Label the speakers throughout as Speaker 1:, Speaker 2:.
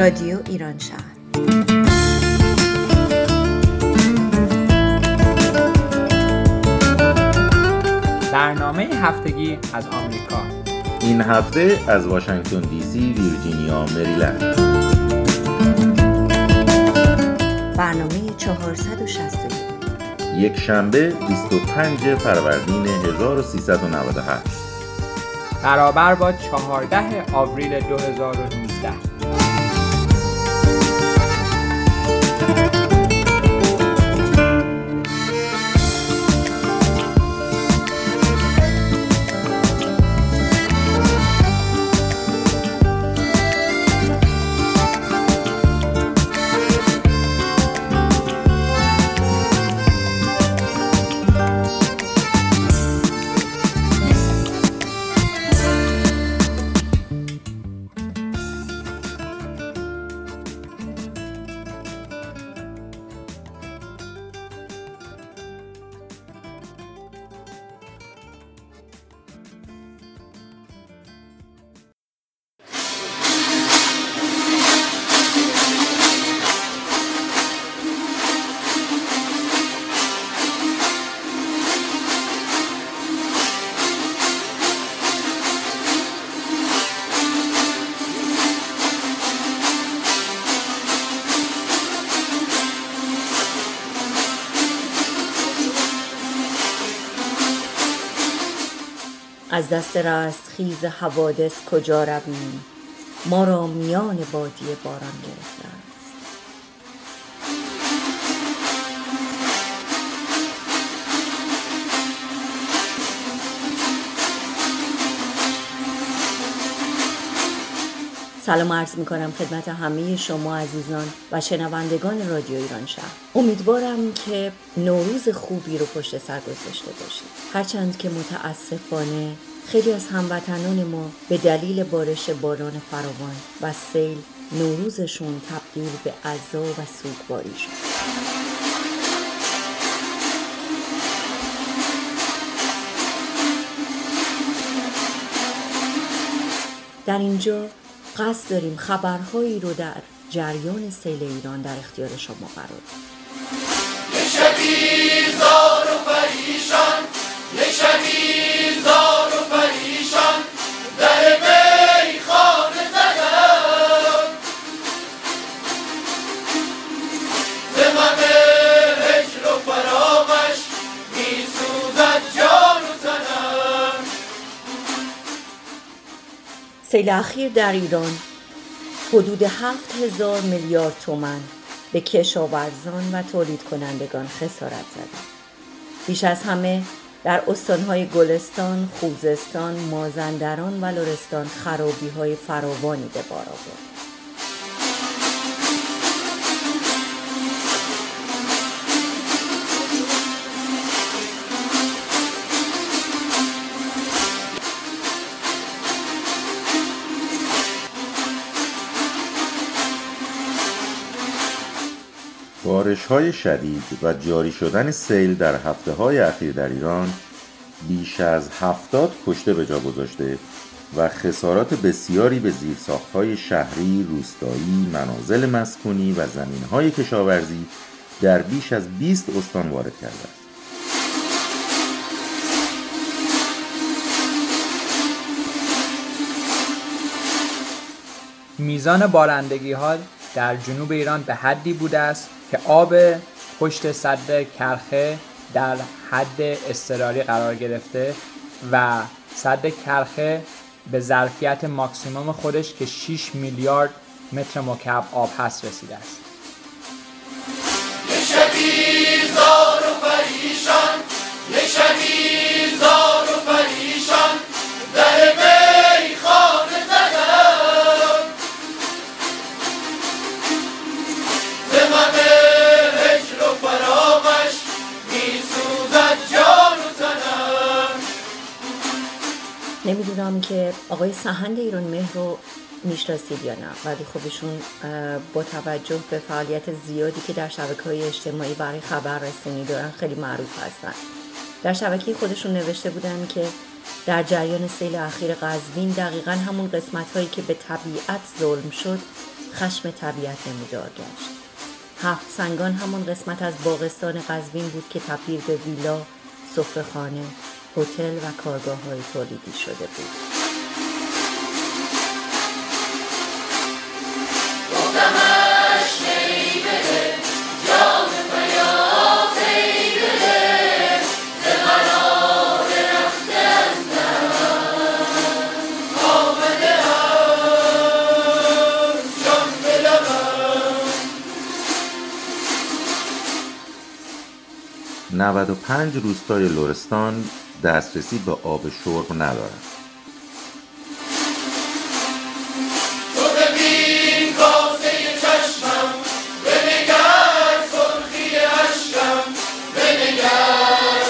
Speaker 1: رادیو ایران شهر.
Speaker 2: برنامه هفتگی از آمریکا.
Speaker 3: این هفته از واشنگتن دی سی، ویرجینیا، مریلند.
Speaker 1: برنامه 461.
Speaker 3: یک شنبه 25 فروردین 1398
Speaker 2: برابر با 14 آوریل 2019.
Speaker 1: از دست رستخیز حوادث کجا رویم، ما را میان بادیه باران گرفته است. سلام عرض می کنم خدمت همه شما عزیزان و شنوندگان رادیو ایران شهر. امیدوارم که نوروز خوبی رو پشت سر گذاشته باشید. هرچند که متاسفانه خیلی از هموطنان ما به دلیل بارش باران فراوان و سیل نوروزشون تبدیل به عزا و سوگواری شد. در اینجا قصد داریم خبرهایی رو در جریان سیل ایران در اختیار شما قرار بدیم.
Speaker 4: یک شبی زار و پریشان، یک شبی زار و پریشان، در میخانه زدم، ز غم هجر و فراقش میسوزد جان و تنم.
Speaker 1: سیل اخیر در ایران حدود 7,000 میلیارد تومان به کشاورزان و تولید کنندگان خسارت زده. بیش از همه در استانهای گلستان، خوزستان، مازندران و لرستان خرابی‌های فراوانی به بار آورد.
Speaker 3: بارش‌های شدید و جاری شدن سیل در هفته‌های اخیر در ایران بیش از 70 کشته به جا گذاشته و خسارات بسیاری به زیرساخت‌های شهری، روستایی، منازل مسکونی و زمین‌های کشاورزی در بیش از 20 استان وارد کرده است.
Speaker 2: میزان بارندگی‌ها در جنوب ایران به حدی بوده است که آب پشت سد کرخه در حد اضطراری قرار گرفته و سد کرخه به ظرفیت ماکسیموم خودش که 6 میلیارد متر مکعب آب هست رسیده است.
Speaker 4: یک شبی زار و پریشان، یک شبی زار و پریشان، در میخانه زدم، ز غم هجر و فراقش میسوزد جان و تنم.
Speaker 1: نمیدونم که آقای سهند ایران مهر رو میشناسید یا نه، ولی خب ایشون با توجه به فعالیت زیادی که در شبکه‌های اجتماعی برای خبررسانی دارن خیلی معروف هستن. در شبکه خودشون نوشته بودن که در جریان سیل اخیر قزوین دقیقاً همون قسمت‌هایی که به طبیعت ظلم شد خشم طبیعت نمودار گشت. 7 سنگان همون قسمت از باغستان قزوین بود که تبدیل به ویلا، سفره‌خانه، هتل و کارگاه‌های تولیدی شده بود.
Speaker 3: و 95 روستای لرستان دسترسی به آب شرب ندارند.
Speaker 4: تو ببین کاسه چشمم، بنگر سرخی عشقم، بنگر.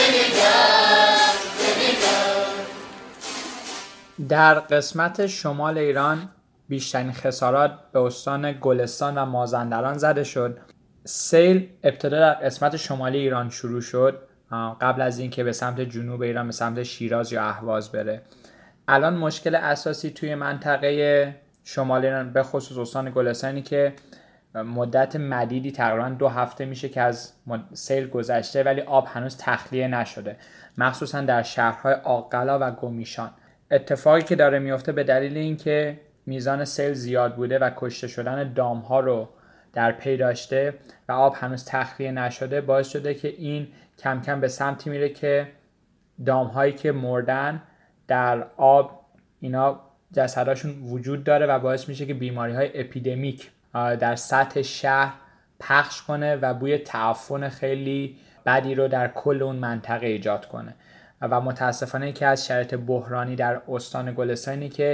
Speaker 2: در قسمت شمال ایران بیشترین خسارات به استان گلستان و مازندران زده شد. سیل ابتدا در قسمت شمالی ایران شروع شد قبل از اینکه به سمت جنوب ایران به سمت شیراز یا اهواز بره. الان مشکل اساسی توی منطقه شمال ایران به خصوص استان گلستانی که مدت مدیدی تقریبا 2 هفته میشه که از سیل گذشته ولی آب هنوز تخلیه نشده، مخصوصا در شهرهای آقلا و گمیشان. اتفاقی که داره میفته به دلیل اینکه میزان سیل زیاد بوده و کشته شدن دامها رو در پی داشته و آب هنوز تخلیه نشده باعث شده که این کم کم به سمتی میره که دامهایی که مردن در آب اینا جسداشون وجود داره و باعث میشه که بیماری‌های اپیدمیک در سطح شهر پخش کنه و بوی تعفن خیلی بدی رو در کل اون منطقه ایجاد کنه. و متاسفانه که از شرایط بحرانی در استان گلستانی که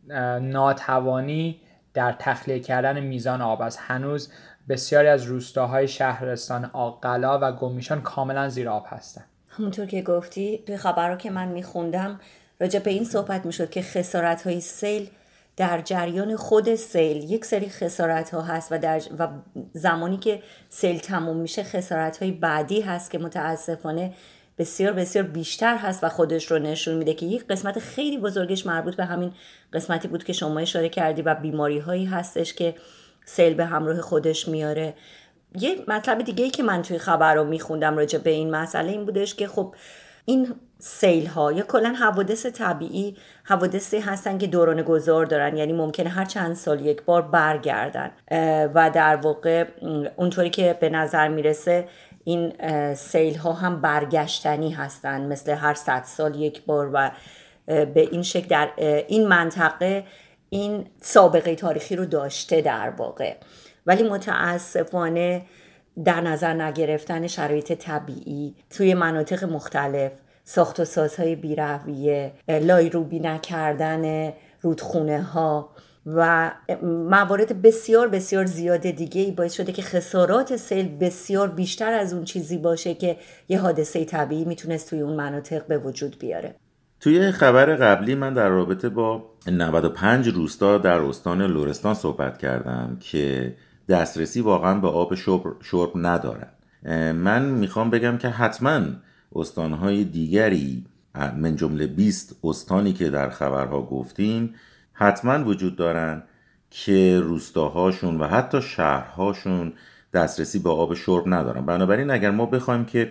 Speaker 2: ناتوانی در تخلیه کردن میزان آب است. هنوز بسیاری از روستاهای شهرستان آقلا و گمیشان کاملا زیر آب هستند.
Speaker 1: همونطور که گفتی توی خبرها که من میخوندم راجع به این صحبت میشد که خسارت‌های سیل در جریان خود سیل یک سری خسارت‌ها هست و زمانی که سیل تموم میشه خسارت‌های بعدی هست که متاسفانه بسیار بسیار بیشتر هست و خودش رو نشون میده که یک قسمت خیلی بزرگش مربوط به همین قسمتی بود که شما اشاره کردی و بیماری هایی هستش که سیل به همراه خودش میاره. یه مطلب دیگه‌ای که من توی خبر رو میخوندم راجع به این مسئله این بودش که خب این سیل ها یا کلا حوادث طبیعی حوادثی هستن که دوران گذار دارن، یعنی ممکنه هر چند سال یک بار برگردن و در واقع اونطوری که به نظر میرسه این سیل ها هم برگشتنی هستن مثل هر 100 سال یک بار و به این شکل در این منطقه این سابقه تاریخی رو داشته در واقع. ولی متاسفانه در نظر نگرفتن شرایط طبیعی توی مناطق مختلف، ساخت و سازهای بی‌رویه، لایروبی نکردن رودخونه ها و موارد بسیار بسیار زیاد دیگه ای باعث شده که خسارات سیل بسیار بیشتر از اون چیزی باشه که یه حادثه طبیعی میتونست توی اون مناطق به وجود بیاره.
Speaker 3: توی خبر قبلی من در رابطه با 95 روستا در استان لرستان صحبت کردم که دسترسی واقعا به آب شرب ندارن. من میخوام بگم که حتما استانهای دیگری من جمله 20 استانی که در خبرها گفتیم حتما وجود دارن که روستاهاشون و حتی شهرهاشون دسترسی به آب شرب ندارن. بنابراین اگر ما بخوایم که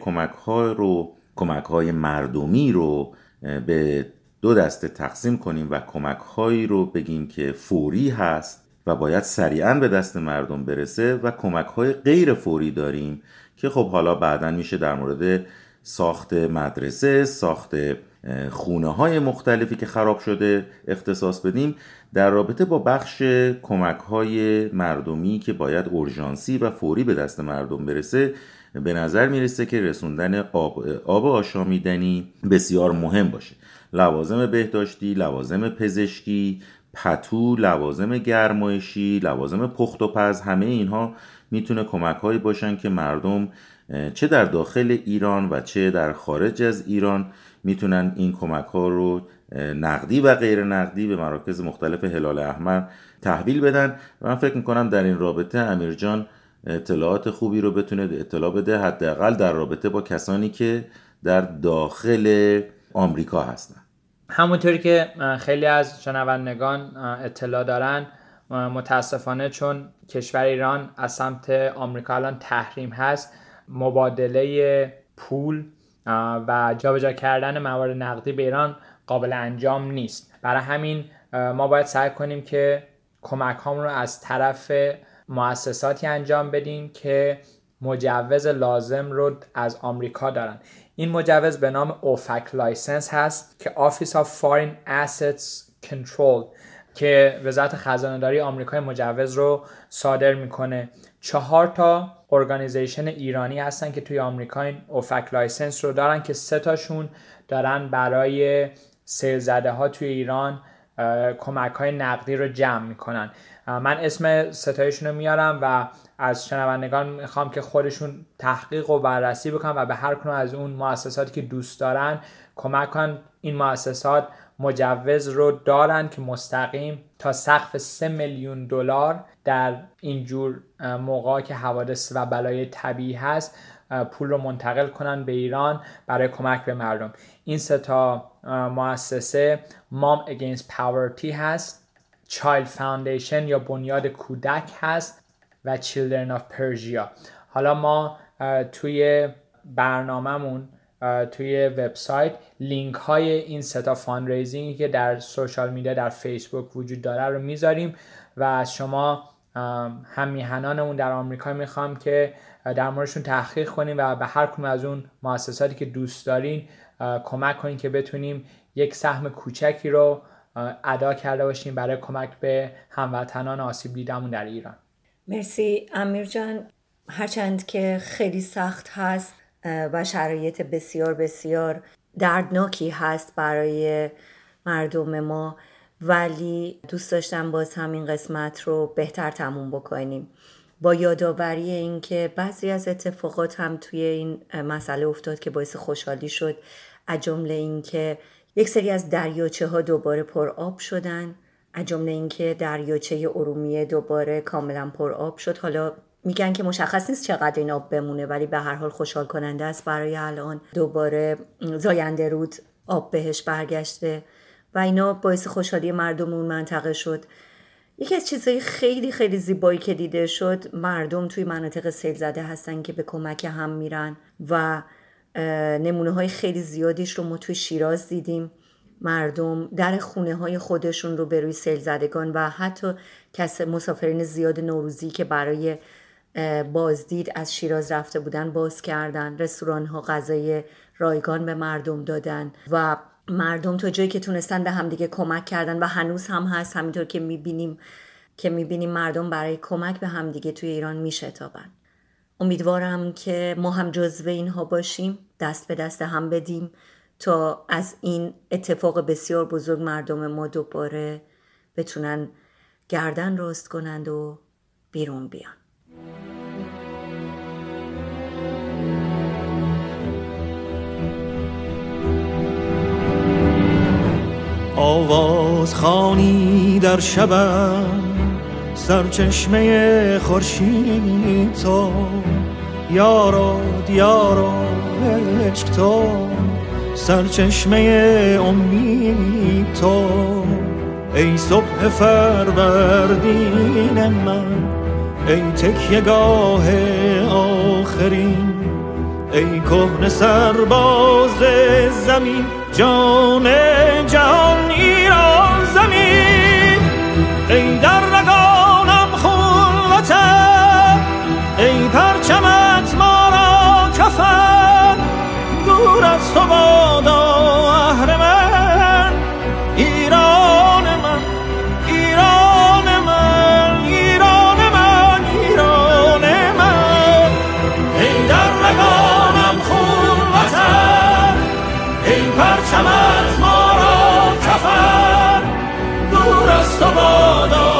Speaker 3: کمک‌های مردمی رو به 2 دسته تقسیم کنیم و کمک‌هایی رو بگیم که فوری هست و باید سریعاً به دست مردم برسه و کمک‌های غیر فوری داریم که خب حالا بعداً میشه در مورد ساخت مدرسه، ساخت خونه‌های مختلفی که خراب شده اختصاص بدیم. در رابطه با بخش کمک‌های مردمی که باید اورژانسی و فوری به دست مردم برسه به نظر میرسه که رسوندن آب آشامیدنی بسیار مهم باشه. لوازم بهداشتی، لوازم پزشکی، پتو، لوازم گرمایشی، لوازم پخت و پز، همه اینها میتونه کمک‌هایی باشن که مردم چه در داخل ایران و چه در خارج از ایران میتونن این کمک‌ها رو نقدی و غیر نقدی به مراکز مختلف هلال احمر تحویل بدن. و من فکر میکنم در این رابطه امیر جان اطلاعات خوبی رو بتونه اطلاع بده، حداقل در رابطه با کسانی که در داخل آمریکا هستن.
Speaker 2: همونطوری که خیلی از شنوندگان اطلاع دارن، متاسفانه چون کشور ایران از سمت آمریکا الان تحریم هست، مبادله پول و جابجا کردن موارد نقدی به ایران قابل انجام نیست. برای همین ما باید سعی کنیم که کمک هامون رو از طرف مؤسساتی انجام بدیم که مجوز لازم رو از آمریکا دارن. این مجوز به نام OFAC لایسنس هست که Office of Foreign Assets Control که وزارت خزانه‌داری آمریکای مجوز رو صادر میکنه. 4 ارگانیزیشن ایرانی هستن که توی آمریکا این OFAC لایسنس رو دارن که 3 تاشون دارن برای سیل زده ها توی ایران کمک های نقدی رو جمع میکنن. من اسم 3 تایشون رو میارم و از شنوندگان میخوام که خودشون تحقیق و بررسی بکنن و به هر کدوم از اون مؤسساتی که دوست دارن کمک کنن. این مؤسسات مجوز رو دارن که مستقیم تا سقف $3 میلیون در اینجور موقعی که حوادث و بلای طبیعی هست پول رو منتقل کنن به ایران برای کمک به مردم. این 3 مؤسسه Mom Against Poverty هست، Child Foundation یا بنیاد کودک هست و Children of Persia. حالا ما توی برنامه‌مون توی وبسایت لینک های این 3 فاندریزینگی که در سوشال میدیا در فیسبوک وجود داره رو میذاریم و از شما هم میهنانمون در آمریکا میخوام که در موردشون تحقیق کنیم و به هر کدوم از اون مؤسساتی که دوست دارین کمک کنین که بتونیم یک سهم کوچکی رو ادا کرده باشیم برای کمک به هموطنان آسیب دیدمون در ایران.
Speaker 1: مرسی امیر جان. هرچند که خیلی سخت هست و شرایط بسیار بسیار دردناکی هست برای مردم ما، ولی دوست داشتم باز همین قسمت رو بهتر تموم بکنیم با یادآوری این که بعضی از اتفاقات هم توی این مسئله افتاد که باعث خوشحالی شد، از جمله این که یک سری از دریاچه ها دوباره پر آب شدن، از جمله این که دریاچه ارومیه دوباره کاملا پر آب شد. حالا میگن که مشخص نیست چقدر این آب بمونه، ولی به هر حال خوشحال کننده است برای الان دوباره زاینده رود آب بهش برگشته و اینا باعث خوشحالی مردم اون منطقه شد. یکی از چیزهای خیلی خیلی زیبایی که دیده شد، مردم توی مناطق سیل زده هستن که به کمک هم میرن و نمونه های خیلی زیادیش رو ما توی شیراز دیدیم. مردم در خونه های خودشون رو به روی سیل زدگان و حتی مسافرین زیاد نوروزی که برای بازدید از شیراز رفته بودن باز کردن. رستوران ها غذای رایگان به مردم دادن و مردم تا جایی که تونستن به همدیگه کمک کردن و هنوز هم هست. همینطور که میبینیم مردم برای کمک به همدیگه توی ایران میشتابن. امیدوارم که ما هم جزو اینها باشیم، دست به دست هم بدیم تا از این اتفاق بسیار بزرگ مردم ما دوباره بتونن گردن راست کنند و بیرون بیان.
Speaker 5: آواز خوانی در شبم، سرچشمه خورشید تو، یارا دیارا عشق تو، سرچشمه امید تو. ای صبح فروردین من، ای تکیه‌گاه آخرین، ای کهنه سرباز زمین، جان جهان ایران زمین. ای در رگانم خون وطن، ای پرچمت ما را کفن، دور از تو بادا اهرمن، ایران من ایران من ایران من ایران من. ای در رگانم خون وطن، ای پرچمت ما را کفن، دور از تو بادا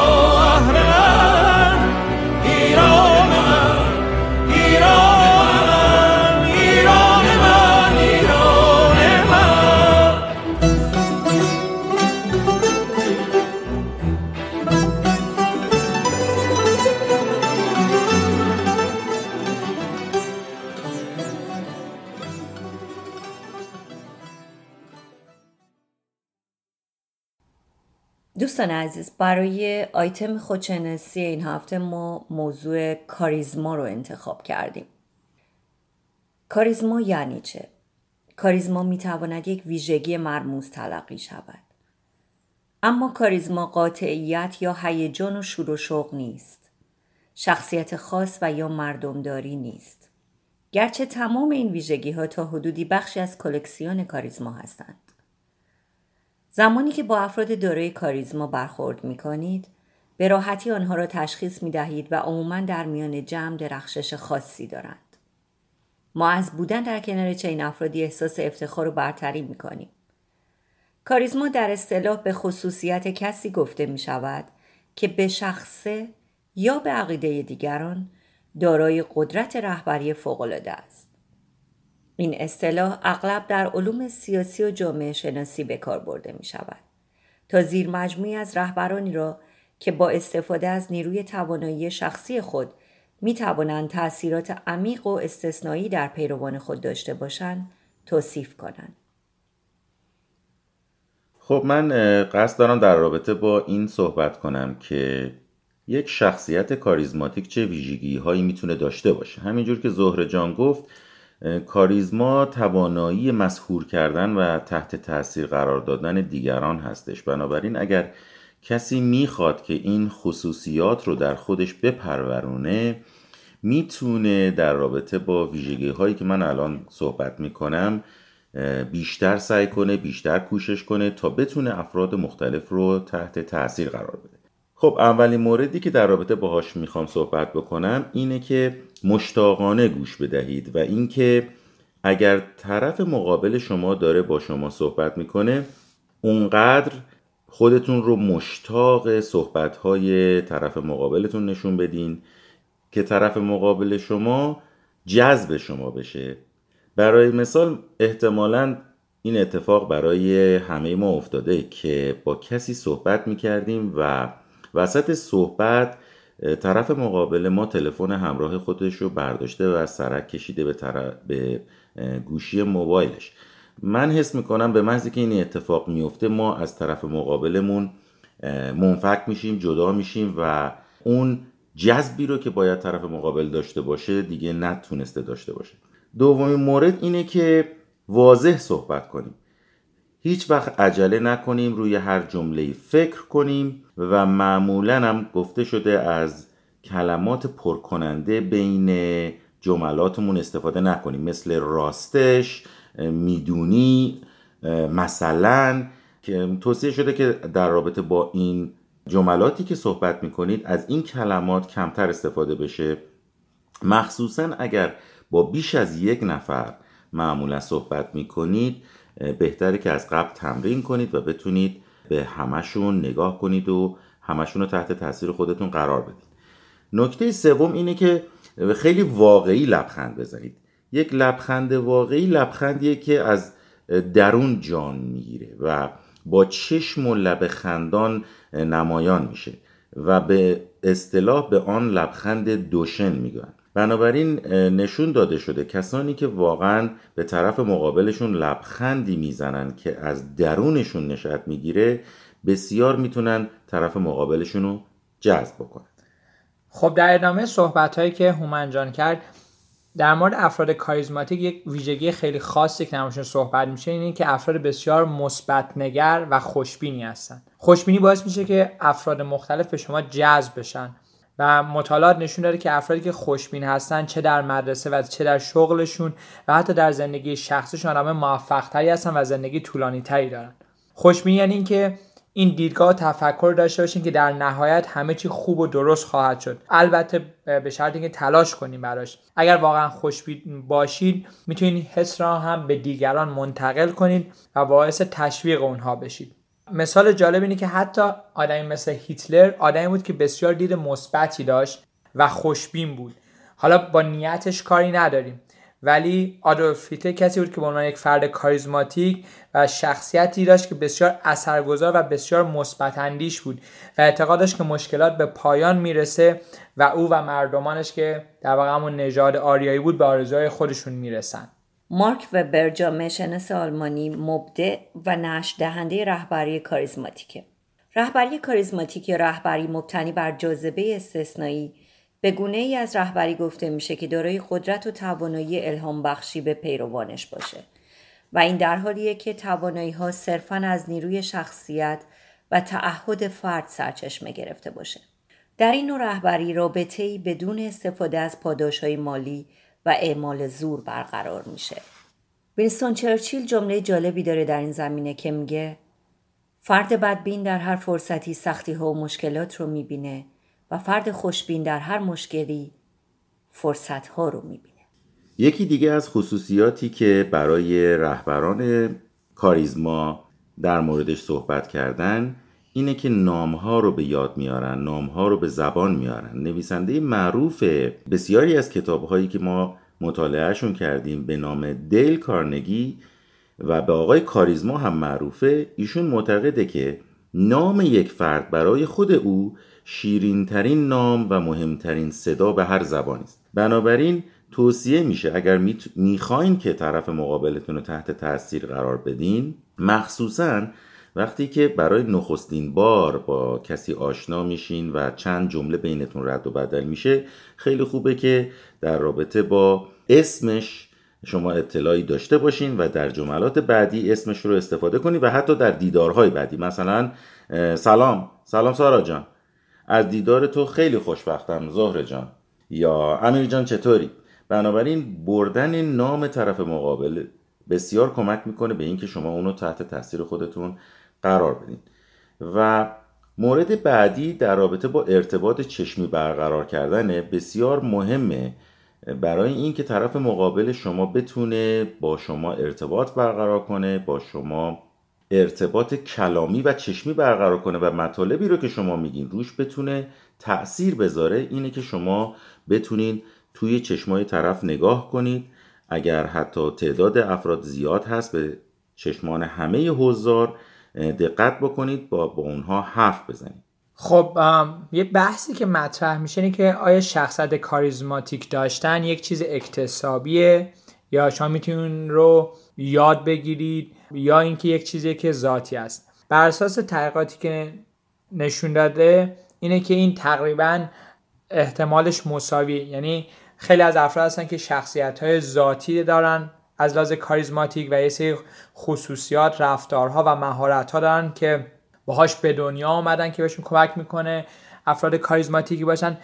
Speaker 1: دوستان عزیز، برای آیتم خودشناسی این هفته ما موضوع کاریزما رو انتخاب کردیم. کاریزما یعنی چه؟ کاریزما میتواند یک ویژگی مرموز تلقی شود. اما کاریزما قاطعیت یا هیجان و شور و شوق نیست. شخصیت خاص و یا مردمداری نیست. گرچه تمام این ویژگی ها تا حدودی بخشی از کلکسیون کاریزما هستند. زمانی که با افراد دارای کاریزما برخورد می کنید، به راحتی آنها را تشخیص می دهید و عموماً در میان جمع درخشش خاصی دارند. ما از بودن در کنار چنین افرادی احساس افتخار و برتری می کنیم. کاریزما در اصطلاح به خصوصیت کسی گفته می شود که به شخصه یا به عقیده دیگران دارای قدرت رهبری فوق‌العاده است. این اصطلاح اغلب در علوم سیاسی و جامعه شناسی به کار برده می شود تا زیر مجموعی از رهبرانی را که با استفاده از نیروی توانایی شخصی خود می توانند تأثیرات عمیق و استثنایی در پیروان خود داشته باشند توصیف کنند.
Speaker 3: خب من قصد دارم در رابطه با این صحبت کنم که یک شخصیت کاریزماتیک چه ویژگی هایی میتونه داشته باشه. همینجور که زهره جان گفت، کاریزما توانایی مسحور کردن و تحت تاثیر قرار دادن دیگران هستش. بنابراین اگر کسی میخواد که این خصوصیات رو در خودش بپرورونه، میتونه در رابطه با ویژگی هایی که من الان صحبت میکنم بیشتر سعی کنه، بیشتر کوشش کنه تا بتونه افراد مختلف رو تحت تاثیر قرار بده. خب اولین موردی که در رابطه باهاش میخوام صحبت بکنم اینه که مشتاقانه گوش بدهید و اینکه اگر طرف مقابل شما داره با شما صحبت میکنه، اونقدر خودتون رو مشتاق صحبت‌های طرف مقابلتون نشون بدین که طرف مقابل شما جذب شما بشه. برای مثال احتمالاً این اتفاق برای همه ما افتاده که با کسی صحبت میکردیم و وسط صحبت طرف مقابل ما تلفن همراه خودش رو برداشته و سرک کشیده به گوشی موبایلش. من حس میکنم به محضی که این اتفاق میفته ما از طرف مقابلمون منفک میشیم، جدا میشیم و اون جذبی رو که باید طرف مقابل داشته باشه دیگه نتونسته داشته باشه. دومین مورد اینه که واضح صحبت کنیم. هیچ وقت عجله نکنیم، روی هر جمله‌ای فکر کنیم و معمولاً هم گفته شده از کلمات پرکننده بین جملاتمون استفاده نکنیم، مثل راستش، میدونی، مثلا، که توصیه شده که در رابطه با این جملاتی که صحبت میکنید از این کلمات کمتر استفاده بشه، مخصوصاً اگر با بیش از یک نفر معمولا صحبت میکنید. بهتره که از قبل تمرین کنید و بتونید به همشون نگاه کنید و همشون رو تحت تاثیر خودتون قرار بدید. نکته سوم اینه که خیلی واقعی لبخند بزنید. یک لبخند واقعی لبخندیه که از درون جان میگیره و با چشم و لب خندان نمایان میشه و به اصطلاح به آن لبخند دوشن میگن. بنابراین نشون داده شده کسانی که واقعا به طرف مقابلشون لبخندی میزنن که از درونشون نشأت میگیره، بسیار میتونن طرف مقابلشون رو جذب بکنن.
Speaker 2: خب در ادامه صحبت‌هایی که هومن جان کرد در مورد افراد کاریزماتیک، یک ویژگی خیلی خاصی که درموردشون صحبت میشه اینه که افراد بسیار مثبت نگر و خوشبینی هستن. خوشبینی باعث میشه که افراد مختلف به شما جذب بشن و مطالعات نشون داده که افرادی که خوشبین هستن چه در مدرسه و چه در شغلشون و حتی در زندگی شخصیشون آدم موفق‌تری هستن و زندگی طولانی‌تری دارن. خوشبینی یعنی این که این دیدگاه و تفکر داشته باشین که در نهایت همه چی خوب و درست خواهد شد، البته به شرطی که تلاش کنیم براش. اگر واقعا خوشبین باشید میتونید حس را هم به دیگران منتقل کنید و باعث تشویق اونها بشید. مثال جالب اینه که حتی آدمی مثل هیتلر آدمی بود که بسیار دید مثبتی داشت و خوشبین بود. حالا با نیتش کاری نداریم، ولی آدولف هیتلر کسی بود که به عنوان یک فرد کاریزماتیک و شخصیتی داشت که بسیار اثرگذار و بسیار مثبت اندیش بود و اعتقاد داشت که مشکلات به پایان میرسه و او و مردمانش که در واقع همون نژاد آریایی بود به آرزوهای خودشون میرسن.
Speaker 1: مارک وبر، جامعه شناس آلمانی، مبدع و نشر دهنده رهبری کاریزماتیکه. رهبری کاریزماتیک یا رهبری مبتنی بر جاذبه استثنایی به گونه‌ای از رهبری گفته میشه که دارای قدرت و توانایی الهام بخشی به پیروانش باشه و این در حالیه که توانایی‌ها صرفاً از نیروی شخصیت و تعهد فرد سرچشمه گرفته باشه. در این نوع رهبری رابطه‌ای بدون استفاده از پاداش‌های مالی و اعمال زور برقرار میشه. وینستون چرچیل جمله جالبی داره در این زمینه که میگه فرد بدبین در هر فرصتی سختی‌ها و مشکلات رو میبینه و فرد خوشبین در هر مشکلی فرصت‌ها رو میبینه.
Speaker 3: یکی دیگه از خصوصیاتی که برای رهبران کاریزما در موردش صحبت کردن اینه که نامها رو به یاد میارن، نامها رو به زبان میارن. نویسنده معروف بسیاری از کتابهایی که ما مطالعهشون کردیم به نام دیل کارنگی و به آقای کاریزما هم معروفه، ایشون معتقده که نام یک فرد برای خود او شیرین ترین نام و مهمترین صدا به هر زبانی است. بنابراین توصیه میشه اگر میخواین که طرف مقابلتون رو تحت تاثیر قرار بدین، مخصوصاً وقتی که برای نخستین بار با کسی آشنا میشین و چند جمله بینتون رد و بدل میشه، خیلی خوبه که در رابطه با اسمش شما اطلاعی داشته باشین و در جملات بعدی اسمش رو استفاده کنید و حتی در دیدارهای بعدی، مثلا سلام سارا جان، از دیدار تو خیلی خوشبختم زهره جان، یا امیر جان چطوری. بنابراین بردن نام طرف مقابل بسیار کمک میکنه به این که شما اونو تحت تاثیر خودتون قرار بدین. و مورد بعدی در رابطه با ارتباط چشمی برقرار کردن بسیار مهمه برای این که طرف مقابل شما بتونه با شما ارتباط برقرار کنه، با شما ارتباط کلامی و چشمی برقرار کنه و مطالبی رو که شما میگین روش بتونه تأثیر بذاره. اینه که شما بتونین توی چشمای طرف نگاه کنید، اگر حتی تعداد افراد زیاد هست به چشمان همه حضار دقت بکنید، با اونها حرف بزنید.
Speaker 2: خب یه بحثی که مطرح میشه اینه که آیا شخصیت کاریزماتیک داشتن یک چیز اکتسابیه یا شما میتونید رو یاد بگیرید یا اینکه یک چیزی که ذاتی است. بر اساس تحقیقاتی که نشون داده اینه که این تقریبا احتمالش مساوی، یعنی خیلی از افراد هستن که شخصیت‌های ذاتی دارن از لحاظ کاریزماتیک و یه سری خصوصیات، رفتارها و مهارت‌ها دارن که باهاش به دنیا آمدن که بهشون کمک میکنه افراد کاریزماتیکی باشن،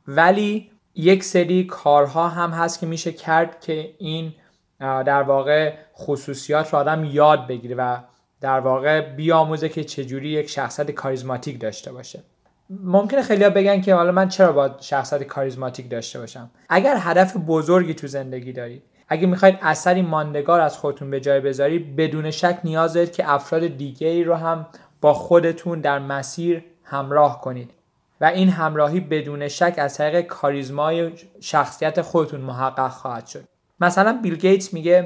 Speaker 2: ولی یک سری کارها هم هست که میشه کرد که این در واقع خصوصیات رو آدم یاد بگیره و در واقع بیاموزه که چجوری یک شخصیت کاریزماتیک داشته باشه. ممکنه خیلی‌ها بگن که حالا من چرا باید شخصیت کاریزماتیک داشته باشم؟ اگر هدف بزرگی تو زندگی دارید، اگه میخواید اثری ماندگار از خودتون به جای بذارید، بدون شک نیاز دارید که افراد دیگه‌ای رو هم با خودتون در مسیر همراه کنید و این همراهی بدون شک از طریق کاریزمای شخصیت خودتون محقق خواهد شد. مثلا بیل گیتس میگه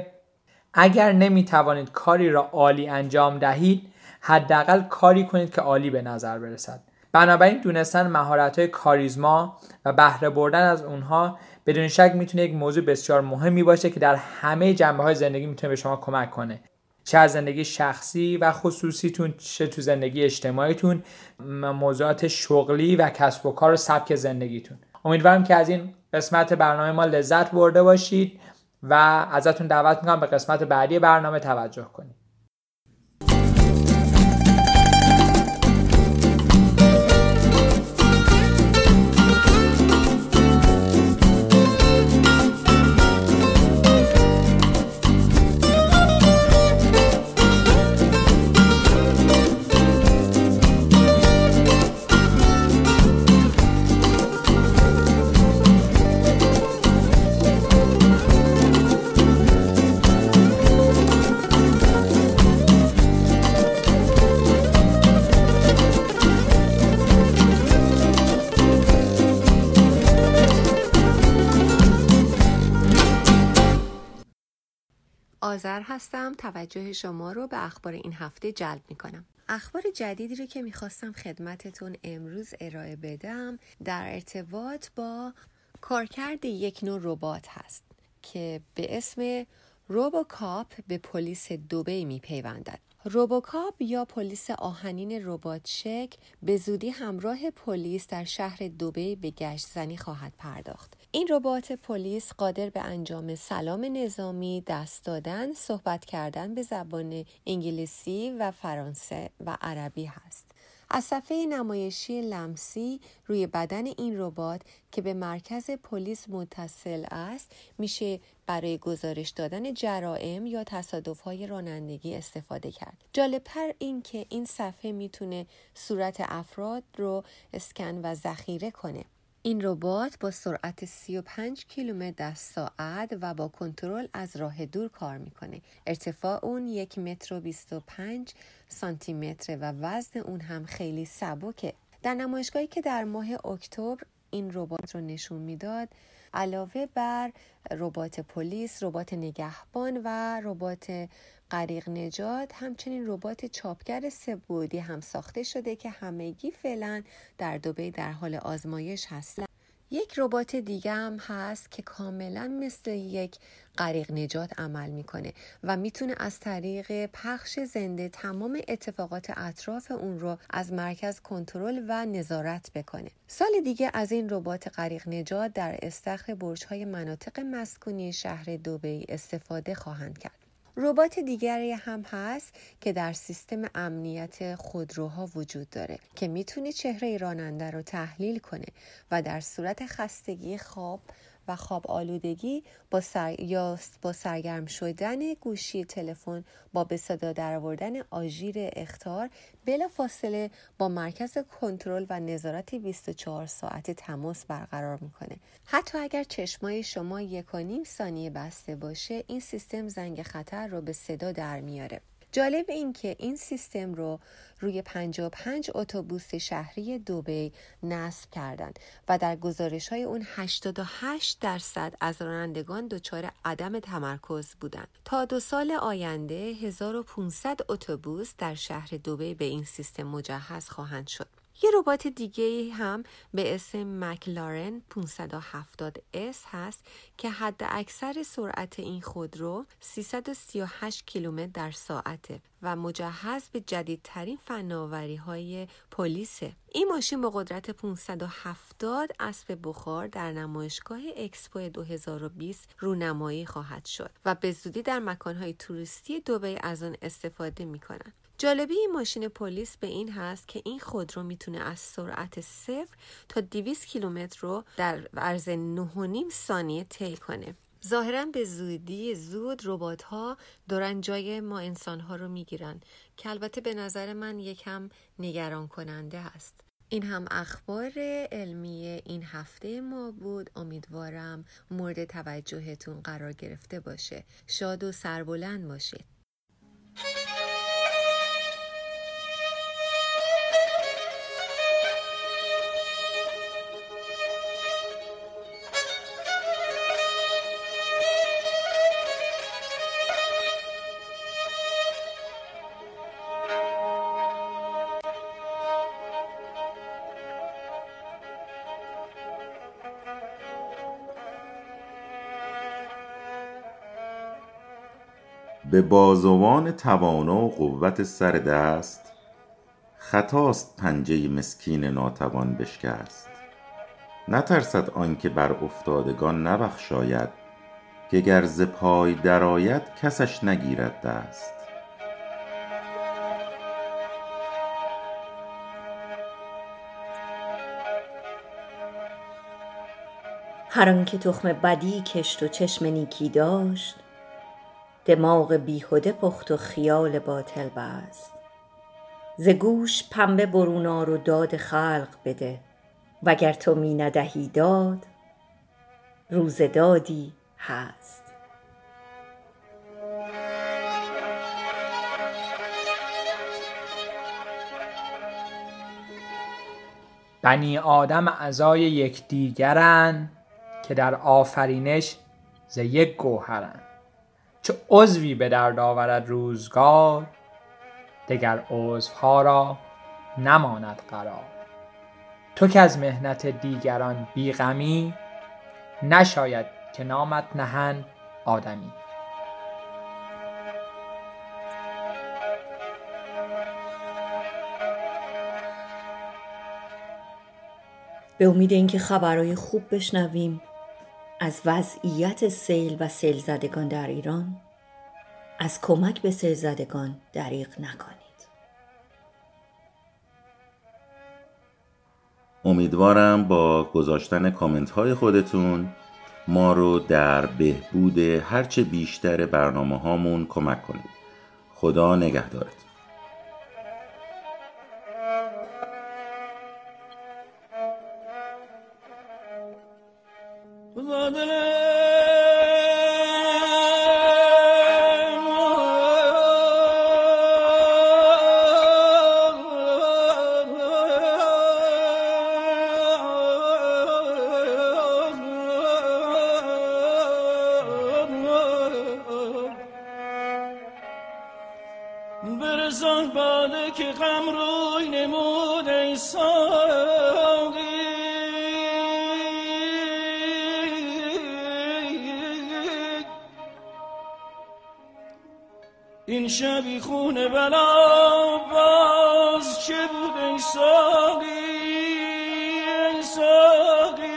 Speaker 2: اگر نمیتوانید کاری را عالی انجام دهید، حداقل کاری کنید که عالی به نظر برسد. بنابراین دونستن مهارت‌های کاریزما و بهره بردن از اونها بدون شک میتونه یک موضوع بسیار مهمی باشه که در همه جنبه‌های زندگی میتونه به شما کمک کنه، چه از زندگی شخصی و خصوصیتون، چه تو زندگی اجتماعیتون، موضوعات شغلی و کسب و کار و سبک زندگیتون. امیدوارم که از این قسمت برنامه ما لذت برده باشید و ازتون دعوت میکنم به قسمت بعدی برنامه توجه کنید.
Speaker 6: آذر هستم. توجه شما رو به اخبار این هفته جلب میکنم. اخبار جدیدی رو که میخواستم خدمتتون امروز ارائه بدم در ارتباط با کارکرد یک نوع ربات هست که به اسم روبوکاپ به پلیس دبی میپیوندد. روبوکاپ یا پلیس آهنین ربات شکل به زودی همراه پلیس در شهر دبی به گشت زنی خواهد پرداخت. این ربات پلیس قادر به انجام سلام نظامی، دست دادن، صحبت کردن به زبان انگلیسی و فرانسه و عربی هست. از صفحه نمایشی لمسی روی بدن این ربات که به مرکز پلیس متصل است میشه برای گزارش دادن جرائم یا تصادف‌های رانندگی استفاده کرد. جالب‌تر این که این صفحه میتونه صورت افراد رو اسکن و ذخیره کنه. این ربات با سرعت 35 کیلومتر در ساعت و با کنترل از راه دور کار میکنه. ارتفاع اون 1 متر و 25 سانتی متر و وزن اون هم خیلی سبکه. در نمایشگاهی که در ماه اکتبر این ربات رو نشون میداد، علاوه بر ربات پلیس، ربات نگهبان و ربات غریق نجات، همچنین ربات چاپگر سه‌بعدی هم ساخته شده که همگی فعلا در دبی در حال آزمایش هست. یک ربات دیگه هم هست که کاملا مثل یک غریق نجات عمل میکنه و میتونه از طریق پخش زنده تمام اتفاقات اطراف اون رو از مرکز کنترل و نظارت بکنه. سال دیگه از این ربات غریق نجات در استخر برج‌های مناطق مسکونی شهر دبی استفاده خواهند کرد. ربات دیگری هم هست که در سیستم امنیت خودروها وجود داره که میتونه چهره راننده رو تحلیل کنه و در صورت خستگی، خواب و خواب آلودگی با سرگرم شدن گوشی تلفن با به صدا درآوردن آژیر اخطار بلافاصله با مرکز کنترل و نظارت 24 ساعته تماس برقرار میکنه. حتی اگر چشمای شما 1.5 ثانیه بسته باشه، این سیستم زنگ خطر رو به صدا در میاره. جالب این که این سیستم رو روی 55 اتوبوس شهری دبی نصب کردند و در گزارش‌های اون 88% از رانندگان دچار عدم تمرکز بودند. تا 2 سال آینده 1500 اتوبوس در شهر دبی به این سیستم مجهز خواهند شد. یه ربات دیگه هم به اسم مکلارن 570S هست که حد اکثر سرعت این خودرو 338 کیلومتر در ساعته و مجهز به جدیدترین فناوری‌های پلیسه. این ماشین با قدرت 570 اسب بخار در نمایشگاه اکسپو 2020 رونمایی خواهد شد و به زودی در مکان‌های توریستی دبی از آن استفاده می‌کنند. جالبی این ماشین پلیس به این هست که این خودرو میتونه از سرعت 0 تا 200 کیلومتر رو در عرض 9.5 ثانیه طی کنه. ظاهراً به زود ربات‌ها دارن جای ما انسان‌ها رو میگیرن که البته به نظر من یکم نگران کننده هست. این هم اخبار علمی این هفته ما بود. امیدوارم مورد توجهتون قرار گرفته باشه. شاد و سربلند باشید.
Speaker 3: به بازوان توانا و قوت سر دست، خطاست پنجه مسکین ناتوان بشکست. نترسد آن که بر افتادگان نبخشاید، که گر ز پای درآید کسش نگیرد دست.
Speaker 1: هر آن که تخم بدی کشت و چشم نیکی داشت، دماغ بیهده پخت و خیال باطل بست. ز گوش پنبه برون آر و داد خلق بده، وگر تو می ندهی داد، روز دادی هست.
Speaker 2: بنی آدم اعضای یکدیگرند، که در آفرینش ز یک گوهرند. چو عضوی به درد آورد روزگار، دگر عضوها را نماند قرار. تو که از محنت دیگران بیغمی، نشاید که نامت نهند آدمی.
Speaker 1: به امید اینکه خبرهای خوب بشنویم از وضعیت سیل و سیل زدگان در ایران. از کمک به سیل زدگان دریغ نکنید.
Speaker 3: امیدوارم با گذاشتن کامنت های خودتون ما رو در بهبود هرچه بیشتر برنامه هامون کمک کنید. خدا نگهدارت.
Speaker 5: برسان باده که غم روی نمود ای ساقی، این شبی خون بلا باز چه بود ای ساقی، ای ساقی.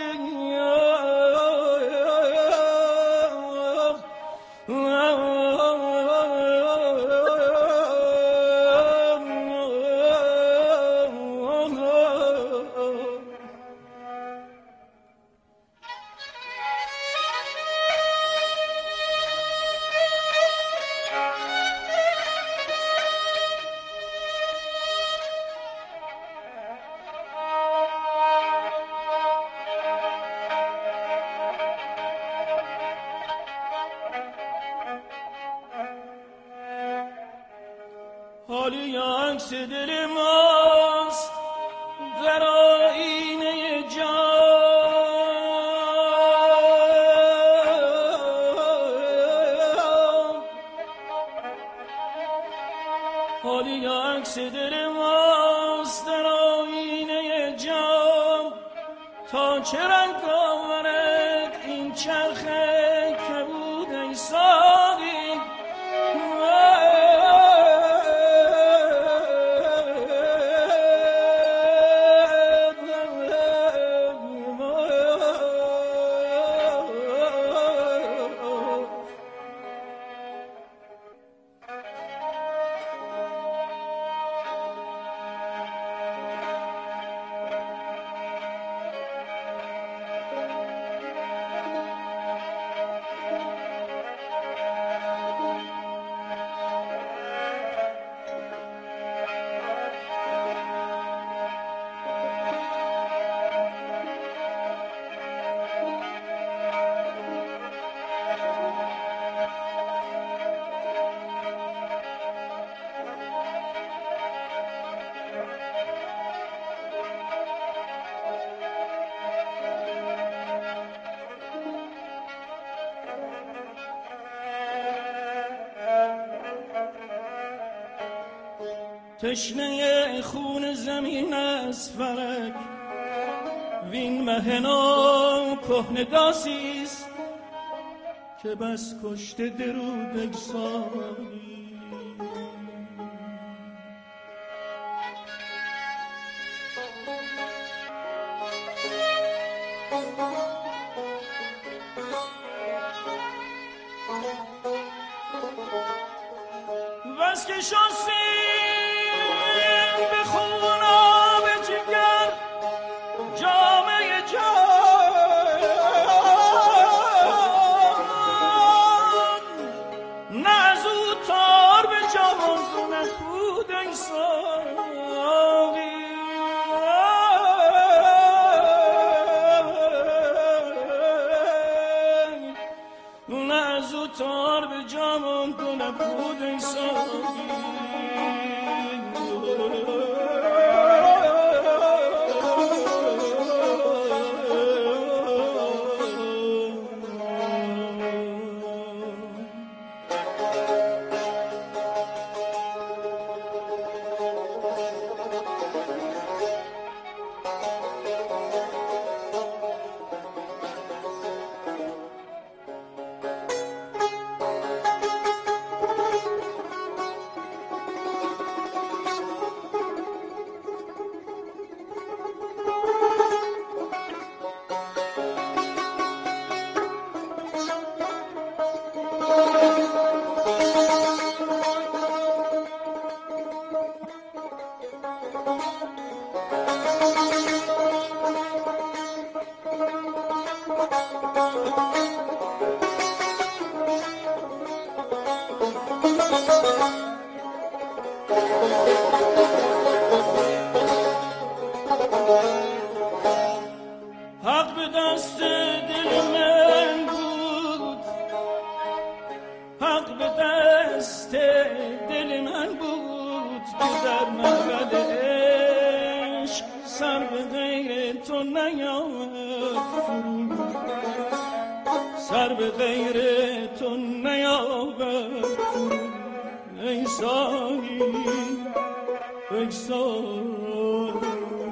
Speaker 5: حالی عکس دل ماست در آینه جان، حالی عکس دل ماست در آینه جان، تا چه رنگ آورد این چرخه که بود ای ساقی. تشنه خون زمین از فلک، وین مهنا کهنه داسیست که بس کشته درود ای ساقی. بس که شانسی به خون آب جگر جامعه جان، نه از او تا حق به دست دل من بود، حق به دست دل من بود که در محفل عشق سر به غیر تو نیاورد فرو، سر به غیر تو نیاورد فرو. ای ساقی ای ساقی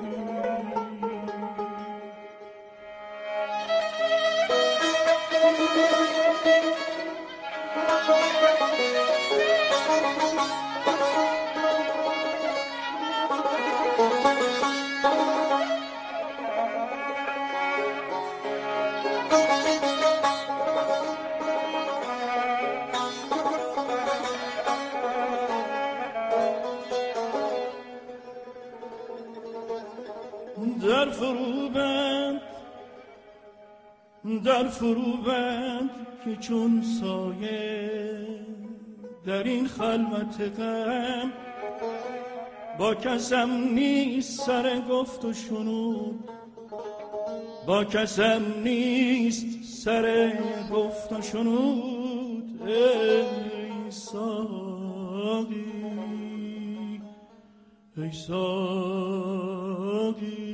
Speaker 5: در فرو بند، در فرو بند که چون سایه در این خلوت غم با کسم نیست سر گفت و شنود، با کسم نیست سر گفت و شنود. ای ساقی ای ساقی